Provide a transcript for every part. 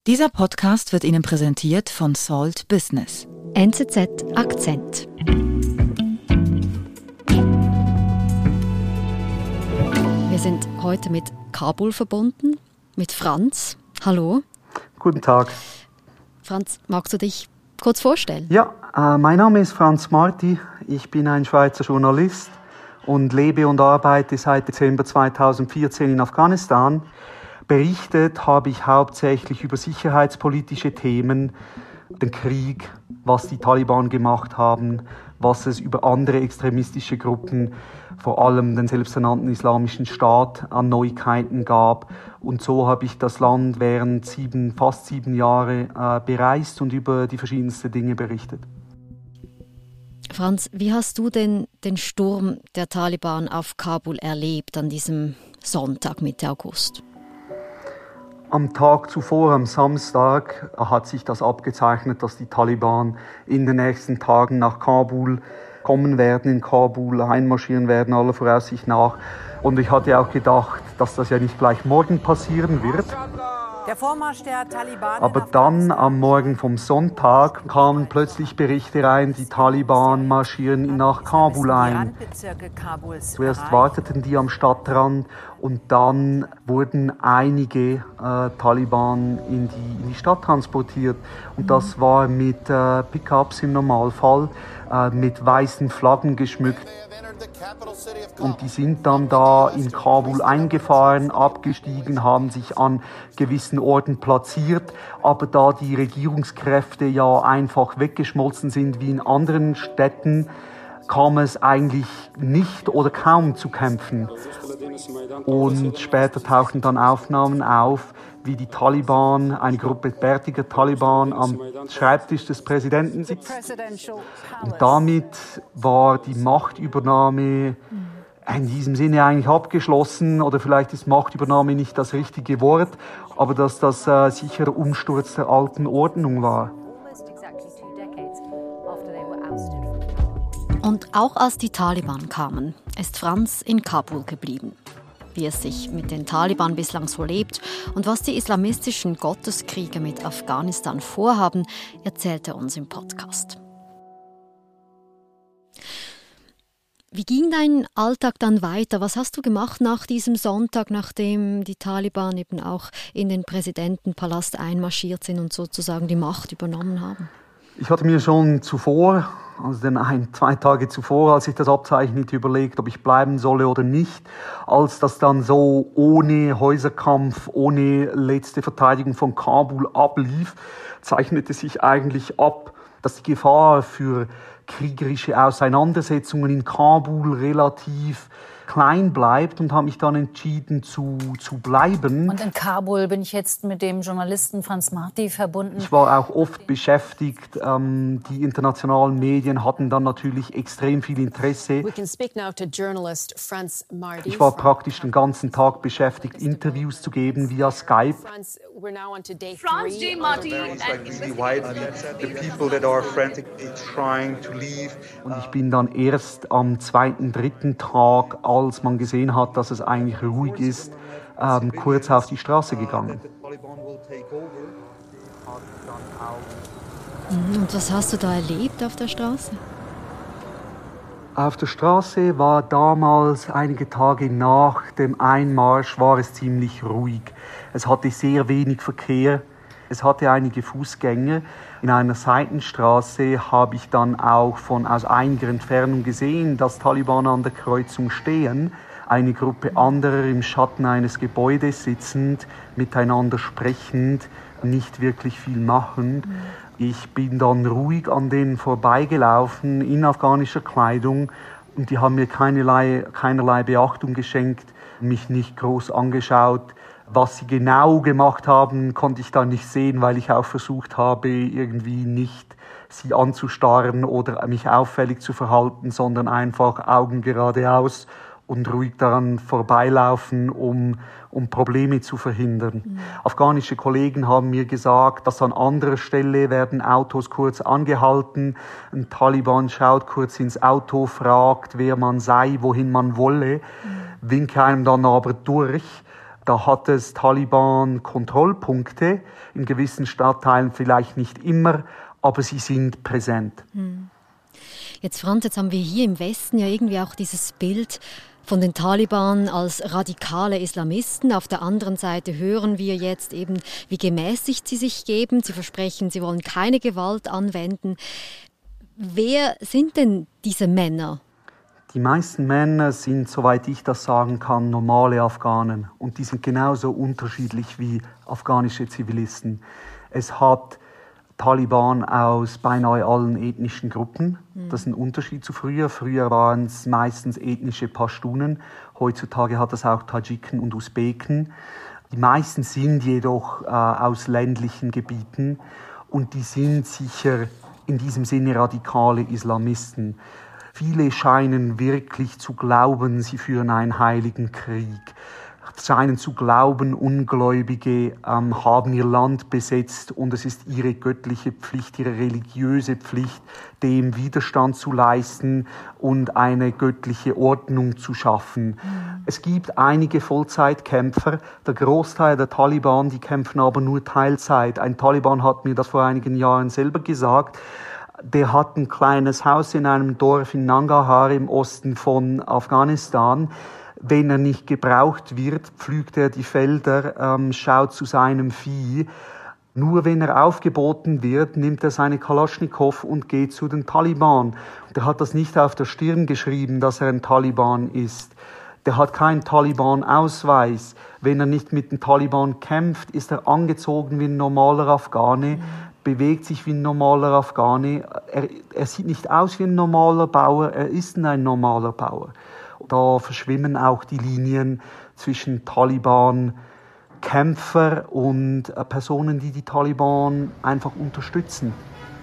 Dieser Podcast wird Ihnen präsentiert von Salt Business. NZZ Akzent. Wir sind heute mit Kabul verbunden, mit Franz. Hallo. Guten Tag. Franz, magst du dich kurz vorstellen? Ja, mein Name ist Franz Marti. Ich bin ein Schweizer Journalist und lebe und arbeite seit Dezember 2014 in Afghanistan. Berichtet habe ich hauptsächlich über sicherheitspolitische Themen, den Krieg, was die Taliban gemacht haben, was es über andere extremistische Gruppen, vor allem den selbsternannten Islamischen Staat, an Neuigkeiten gab. Und so habe ich das Land während fast 7 Jahre bereist und über die verschiedensten Dinge berichtet. Franz, wie hast du denn den Sturm der Taliban auf Kabul erlebt an diesem Sonntag Mitte August? Am Tag zuvor, am Samstag, hat sich das abgezeichnet, dass die Taliban in den nächsten Tagen nach Kabul kommen werden, in Kabul einmarschieren werden, aller Voraussicht nach. Und ich hatte auch gedacht, dass das ja nicht gleich morgen passieren wird. Der Vormarsch der Taliban. Aber dann am Morgen vom Sonntag kamen plötzlich Berichte rein, die Taliban marschieren nach Kabul ein. Zuerst warteten die am Stadtrand und dann wurden einige Taliban in die Stadt transportiert. Und das war mit Pickups im Normalfall, mit weißen Flaggen geschmückt. Und die sind dann da in Kabul eingefahren, abgestiegen, haben sich an gewissen Orten platziert. Aber da die Regierungskräfte ja einfach weggeschmolzen sind wie in anderen Städten, kam es eigentlich nicht oder kaum zu Kämpfen. Und später tauchten dann Aufnahmen auf, wie die Taliban, eine Gruppe bärtiger Taliban am Schreibtisch des Präsidenten sitzt. Und damit war die Machtübernahme in diesem Sinne eigentlich abgeschlossen, oder vielleicht ist Machtübernahme nicht das richtige Wort, aber dass das sicher Umsturz der alten Ordnung war. Und auch als die Taliban kamen, ist Franz in Kabul geblieben. Wie es sich mit den Taliban bislang so lebt und was die islamistischen Gotteskrieger mit Afghanistan vorhaben, erzählt er uns im Podcast. Wie ging dein Alltag dann weiter? Was hast du gemacht nach diesem Sonntag, nachdem die Taliban eben auch in den Präsidentenpalast einmarschiert sind und sozusagen die Macht übernommen haben? Ich hatte mir schon zuvor, also 2 Tage zuvor, als ich das abzeichnete, überlegt, ob ich bleiben solle oder nicht. Als das dann so ohne Häuserkampf, ohne letzte Verteidigung von Kabul ablief, zeichnete sich eigentlich ab, dass die Gefahr für kriegerische Auseinandersetzungen in Kabul relativ klein bleibt, und habe mich dann entschieden zu bleiben. Und in Kabul bin ich jetzt mit dem Journalisten Franz Marti verbunden. Ich war auch oft beschäftigt. Die internationalen Medien hatten dann natürlich extrem viel Interesse. Ich war praktisch den ganzen Tag beschäftigt, Interviews zu geben via Skype. Franz J. Marti. Und ich bin dann erst am 2., 3. Tag, als man gesehen hat, dass es eigentlich ruhig ist, kurz auf die Straße gegangen. Und was hast du da erlebt auf der Straße? Auf der Straße war damals, einige Tage nach dem Einmarsch, war es ziemlich ruhig. Es hatte sehr wenig Verkehr. Es hatte einige Fußgänger. In einer Seitenstraße habe ich dann auch aus einiger Entfernung gesehen, dass Taliban an der Kreuzung stehen. Eine Gruppe anderer im Schatten eines Gebäudes sitzend, miteinander sprechend, nicht wirklich viel machend. Ich bin dann ruhig an denen vorbeigelaufen in afghanischer Kleidung, und die haben mir keinerlei Beachtung geschenkt, mich nicht groß angeschaut. Was sie genau gemacht haben, konnte ich dann nicht sehen, weil ich auch versucht habe, irgendwie nicht sie anzustarren oder mich auffällig zu verhalten, sondern einfach Augen geradeaus und ruhig daran vorbeilaufen, um Probleme zu verhindern. Afghanische Kollegen haben mir gesagt, dass an anderer Stelle werden Autos kurz angehalten. Ein Taliban schaut kurz ins Auto, fragt, wer man sei, wohin man wolle, winkt einem dann aber durch. Da hat es Taliban-Kontrollpunkte, in gewissen Stadtteilen vielleicht nicht immer, aber sie sind präsent. Jetzt, Franz, jetzt haben wir hier im Westen ja irgendwie auch dieses Bild von den Taliban als radikale Islamisten. Auf der anderen Seite hören wir jetzt eben, wie gemäßigt sie sich geben. Sie versprechen, sie wollen keine Gewalt anwenden. Wer sind denn diese Männer? Die meisten Männer sind, soweit ich das sagen kann, normale Afghanen. Und die sind genauso unterschiedlich wie afghanische Zivilisten. Es hat Taliban aus beinahe allen ethnischen Gruppen. Das ist ein Unterschied zu früher. Früher waren es meistens ethnische Pashtunen. Heutzutage hat es auch Tadschiken und Usbeken. Die meisten sind jedoch aus ländlichen Gebieten. Und die sind sicher in diesem Sinne radikale Islamisten. Viele scheinen wirklich zu glauben, sie führen einen heiligen Krieg. Scheinen zu glauben, Ungläubige haben ihr Land besetzt und es ist ihre göttliche Pflicht, ihre religiöse Pflicht, dem Widerstand zu leisten und eine göttliche Ordnung zu schaffen. Es gibt einige Vollzeitkämpfer. Der Großteil der Taliban, die kämpfen aber nur Teilzeit. Ein Taliban hat mir das vor einigen Jahren selber gesagt. Der hat ein kleines Haus in einem Dorf in Nangarhar im Osten von Afghanistan. Wenn er nicht gebraucht wird, pflügt er die Felder, schaut zu seinem Vieh. Nur wenn er aufgeboten wird, nimmt er seine Kalaschnikow und geht zu den Taliban. Der hat das nicht auf der Stirn geschrieben, dass er ein Taliban ist. Der hat keinen Taliban-Ausweis. Wenn er nicht mit den Taliban kämpft, ist er angezogen wie ein normaler Afghane, bewegt sich wie ein normaler Afghane. Er sieht nicht aus wie ein normaler Bauer, er ist ein normaler Bauer. Da verschwimmen auch die Linien zwischen Taliban-Kämpfer und Personen, die die Taliban einfach unterstützen.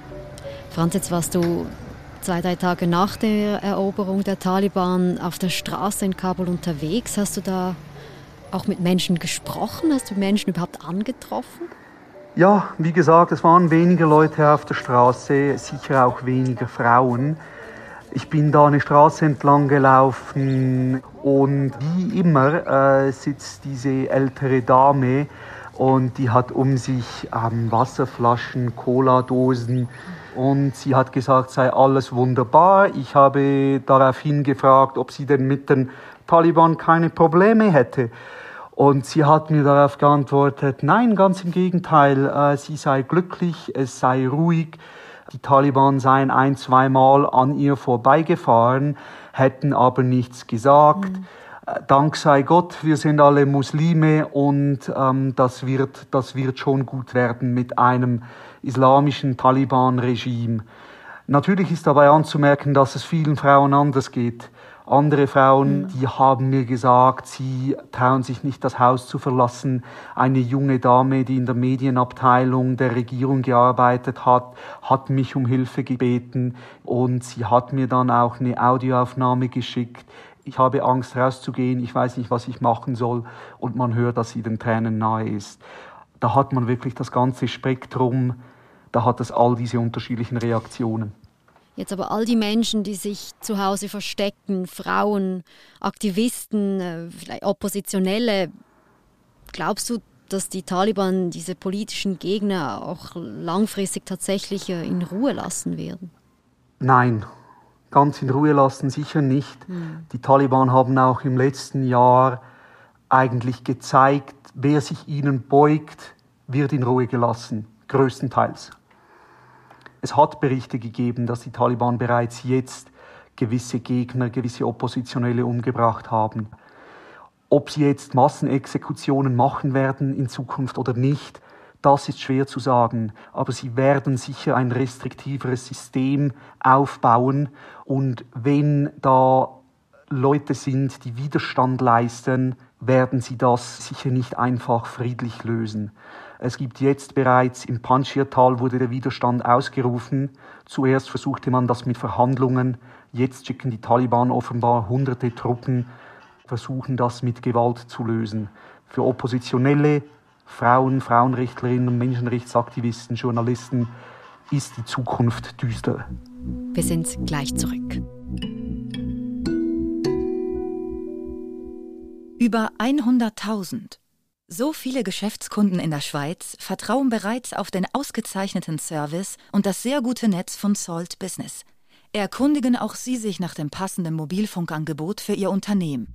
Franz, jetzt warst du 2-3 Tage nach der Eroberung der Taliban auf der Straße in Kabul unterwegs. Hast du da auch mit Menschen gesprochen? Hast du Menschen überhaupt angetroffen? Ja, wie gesagt, es waren weniger Leute auf der Straße, sicher auch weniger Frauen. Ich bin da eine Straße entlang gelaufen und wie immer sitzt diese ältere Dame und die hat um sich Wasserflaschen, Cola-Dosen und sie hat gesagt, sei alles wunderbar. Ich habe daraufhin gefragt, ob sie denn mit den Taliban keine Probleme hätte. Und sie hat mir darauf geantwortet, nein, ganz im Gegenteil, sie sei glücklich, es sei ruhig. Die Taliban seien 1-2 Mal an ihr vorbeigefahren, hätten aber nichts gesagt. Dank sei Gott, wir sind alle Muslime und das wird schon gut werden mit einem islamischen Taliban-Regime. Natürlich ist dabei anzumerken, dass es vielen Frauen anders geht. Andere Frauen, die haben mir gesagt, sie trauen sich nicht, das Haus zu verlassen. Eine junge Dame, die in der Medienabteilung der Regierung gearbeitet hat, hat mich um Hilfe gebeten und sie hat mir dann auch eine Audioaufnahme geschickt. Ich habe Angst, rauszugehen, ich weiß nicht, was ich machen soll und man hört, dass sie den Tränen nahe ist. Da hat man wirklich das ganze Spektrum, da hat es all diese unterschiedlichen Reaktionen. Jetzt aber all die Menschen, die sich zu Hause verstecken, Frauen, Aktivisten, vielleicht Oppositionelle, glaubst du, dass die Taliban diese politischen Gegner auch langfristig tatsächlich in Ruhe lassen werden? Nein, ganz in Ruhe lassen sicher nicht. Die Taliban haben auch im letzten Jahr eigentlich gezeigt, wer sich ihnen beugt, wird in Ruhe gelassen, größtenteils. Es hat Berichte gegeben, dass die Taliban bereits jetzt gewisse Gegner, gewisse Oppositionelle umgebracht haben. Ob sie jetzt Massenexekutionen machen werden in Zukunft oder nicht, das ist schwer zu sagen. Aber sie werden sicher ein restriktiveres System aufbauen. Und wenn da Leute sind, die Widerstand leisten, werden sie das sicher nicht einfach friedlich lösen. Es gibt jetzt bereits im Panjshir-Tal wurde der Widerstand ausgerufen. Zuerst versuchte man das mit Verhandlungen. Jetzt schicken die Taliban offenbar hunderte Truppen, versuchen das mit Gewalt zu lösen. Für Oppositionelle, Frauen, Frauenrechtlerinnen und Menschenrechtsaktivisten, Journalisten ist die Zukunft düster. Wir sind gleich zurück. Über 100.000, So viele Geschäftskunden in der Schweiz vertrauen bereits auf den ausgezeichneten Service und das sehr gute Netz von Salt Business. Erkundigen auch Sie sich nach dem passenden Mobilfunkangebot für Ihr Unternehmen.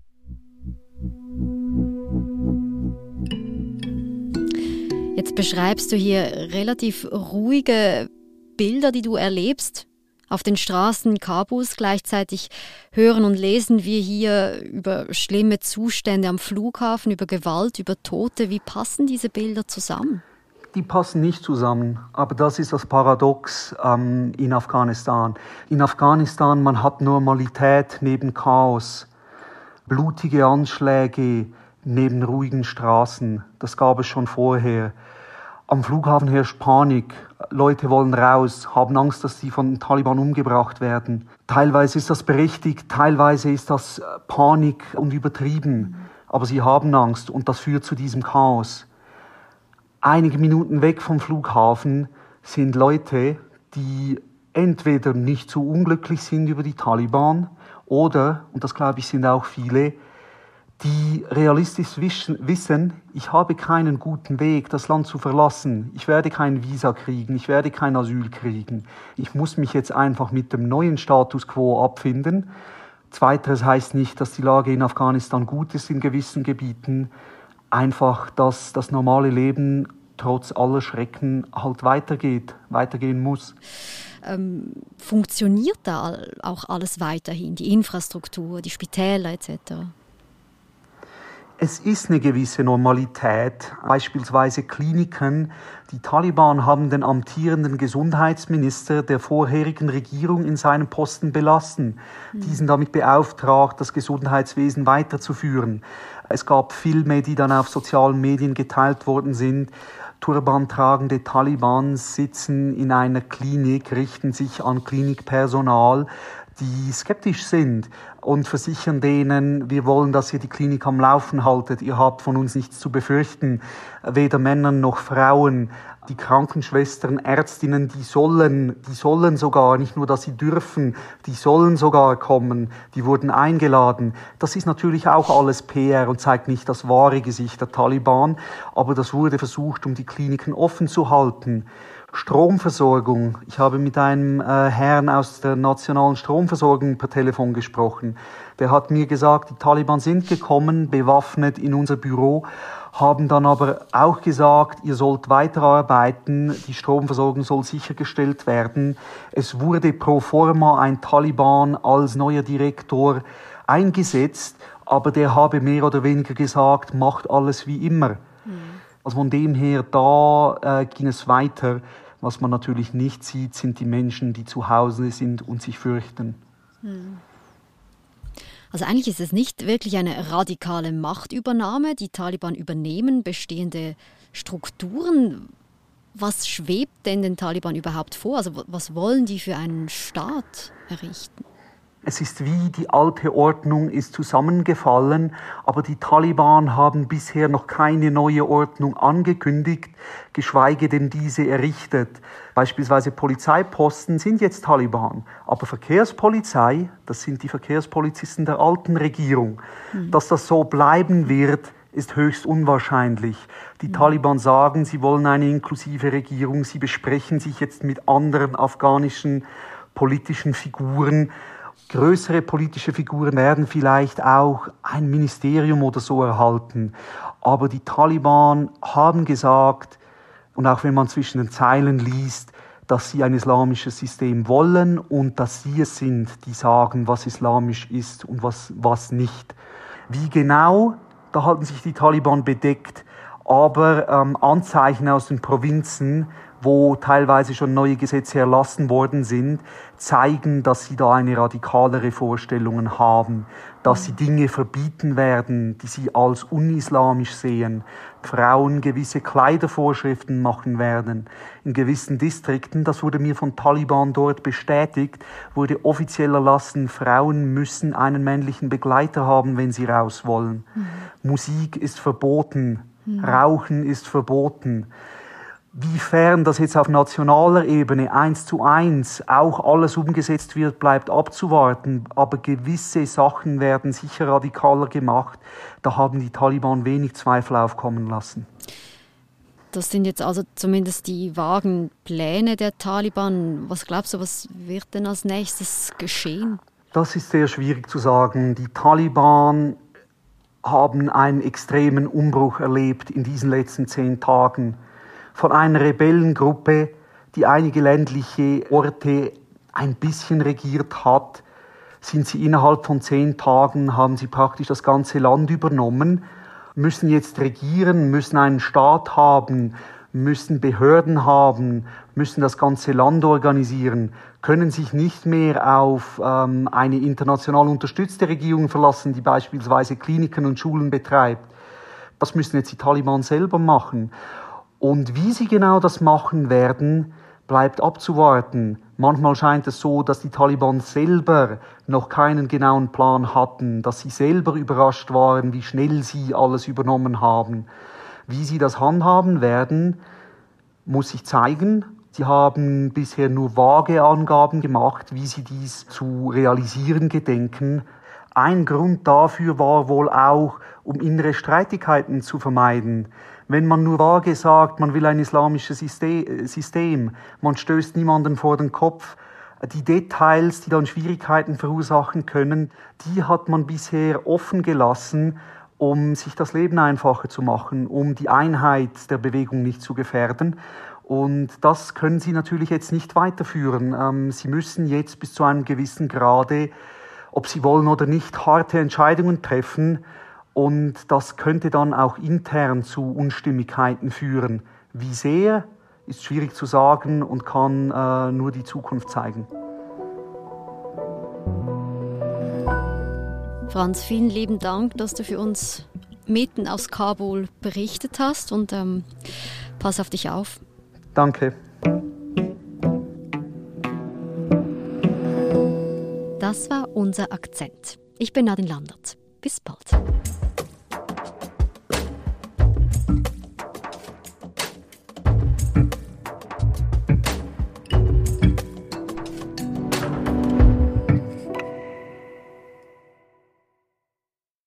Jetzt beschreibst du hier relativ ruhige Bilder, die du erlebst auf den Straßen Kabuls. Gleichzeitig hören und lesen wir hier über schlimme Zustände am Flughafen, über Gewalt, über Tote. Wie passen diese Bilder zusammen? Die passen nicht zusammen, aber das ist das Paradox in Afghanistan. In Afghanistan, man hat Normalität neben Chaos, blutige Anschläge neben ruhigen Straßen. Das gab es schon vorher. Am Flughafen herrscht Panik. Leute wollen raus, haben Angst, dass sie von den Taliban umgebracht werden. Teilweise ist das berechtigt, teilweise ist das Panik und übertrieben. Aber sie haben Angst und das führt zu diesem Chaos. Einige Minuten weg vom Flughafen sind Leute, die entweder nicht so unglücklich sind über die Taliban oder, und das glaube ich sind auch viele, die realistisch wissen, ich habe keinen guten Weg, das Land zu verlassen. Ich werde kein Visa kriegen, ich werde kein Asyl kriegen. Ich muss mich jetzt einfach mit dem neuen Status quo abfinden. Zweiteres heißt nicht, dass die Lage in Afghanistan gut ist in gewissen Gebieten. Einfach, dass das normale Leben trotz aller Schrecken halt weitergehen muss. Funktioniert da auch alles weiterhin, die Infrastruktur, die Spitäler etc.? Es ist eine gewisse Normalität, beispielsweise Kliniken. Die Taliban haben den amtierenden Gesundheitsminister der vorherigen Regierung in seinem Posten belassen. Diesen damit beauftragt, das Gesundheitswesen weiterzuführen. Es gab Filme, die dann auf sozialen Medien geteilt worden sind. Turbantragende Talibans sitzen in einer Klinik, richten sich an Klinikpersonal, die skeptisch sind und versichern denen, wir wollen, dass ihr die Klinik am Laufen haltet, ihr habt von uns nichts zu befürchten, weder Männer noch Frauen. Die Krankenschwestern, Ärztinnen, die sollen sogar, nicht nur, dass sie dürfen, die sollen sogar kommen, die wurden eingeladen. Das ist natürlich auch alles PR und zeigt nicht das wahre Gesicht der Taliban, aber das wurde versucht, um die Kliniken offen zu halten. Stromversorgung. Ich habe mit einem Herrn aus der nationalen Stromversorgung per Telefon gesprochen. Der hat mir gesagt, die Taliban sind gekommen, bewaffnet in unser Büro, haben dann aber auch gesagt, ihr sollt weiterarbeiten, die Stromversorgung soll sichergestellt werden. Es wurde pro forma ein Taliban als neuer Direktor eingesetzt, aber der habe mehr oder weniger gesagt, macht alles wie immer. Also von dem her, da ging es weiter. Was man natürlich nicht sieht, sind die Menschen, die zu Hause sind und sich fürchten. Also eigentlich ist es nicht wirklich eine radikale Machtübernahme. Die Taliban übernehmen bestehende Strukturen. Was schwebt denn den Taliban überhaupt vor? Also was wollen die für einen Staat errichten? Es ist wie die alte Ordnung ist zusammengefallen, aber die Taliban haben bisher noch keine neue Ordnung angekündigt, geschweige denn diese errichtet. Beispielsweise Polizeiposten sind jetzt Taliban, aber Verkehrspolizei, das sind die Verkehrspolizisten der alten Regierung. Dass das so bleiben wird, ist höchst unwahrscheinlich. Die Taliban sagen, sie wollen eine inklusive Regierung, sie besprechen sich jetzt mit anderen afghanischen politischen Figuren. Größere politische Figuren werden vielleicht auch ein Ministerium oder so erhalten. Aber die Taliban haben gesagt, und auch wenn man zwischen den Zeilen liest, dass sie ein islamisches System wollen und dass sie es sind, die sagen, was islamisch ist und was nicht. Wie genau, da halten sich die Taliban bedeckt, aber Anzeichen aus den Provinzen, wo teilweise schon neue Gesetze erlassen worden sind, zeigen, dass sie da eine radikalere Vorstellungen haben, dass sie Dinge verbieten werden, die sie als unislamisch sehen, Frauen gewisse Kleidervorschriften machen werden. In gewissen Distrikten, das wurde mir von Taliban dort bestätigt, wurde offiziell erlassen, Frauen müssen einen männlichen Begleiter haben, wenn sie raus wollen. Musik ist verboten, Rauchen ist verboten. Wiefern das jetzt auf nationaler Ebene 1:1 auch alles umgesetzt wird, bleibt abzuwarten. Aber gewisse Sachen werden sicher radikaler gemacht. Da haben die Taliban wenig Zweifel aufkommen lassen. Das sind jetzt also zumindest die vagen Pläne der Taliban. Was glaubst du, was wird denn als nächstes geschehen? Das ist sehr schwierig zu sagen. Die Taliban haben einen extremen Umbruch erlebt in diesen letzten 10 Tagen. Von einer Rebellengruppe, die einige ländliche Orte ein bisschen regiert hat, sind sie innerhalb von 10 Tagen, haben sie praktisch das ganze Land übernommen, müssen jetzt regieren, müssen einen Staat haben, müssen Behörden haben, müssen das ganze Land organisieren, können sich nicht mehr auf eine international unterstützte Regierung verlassen, die beispielsweise Kliniken und Schulen betreibt. Das müssen jetzt die Taliban selber machen. Und wie sie genau das machen werden, bleibt abzuwarten. Manchmal scheint es so, dass die Taliban selber noch keinen genauen Plan hatten, dass sie selber überrascht waren, wie schnell sie alles übernommen haben. Wie sie das handhaben werden, muss sich zeigen. Sie haben bisher nur vage Angaben gemacht, wie sie dies zu realisieren gedenken. Ein Grund dafür war wohl auch, um innere Streitigkeiten zu vermeiden. Wenn man nur vage sagt, man will ein islamisches System, man stößt niemanden vor den Kopf, die Details, die dann Schwierigkeiten verursachen können, die hat man bisher offen gelassen, um sich das Leben einfacher zu machen, um die Einheit der Bewegung nicht zu gefährden. Und das können sie natürlich jetzt nicht weiterführen. Sie müssen jetzt bis zu einem gewissen Grade, ob sie wollen oder nicht, harte Entscheidungen treffen. Und das könnte dann auch intern zu Unstimmigkeiten führen. Wie sehr, ist schwierig zu sagen und kann nur die Zukunft zeigen. Franz, vielen lieben Dank, dass du für uns mitten aus Kabul berichtet hast und pass auf dich auf. Danke. Das war unser Akzent. Ich bin Nadine Landert. Bis bald.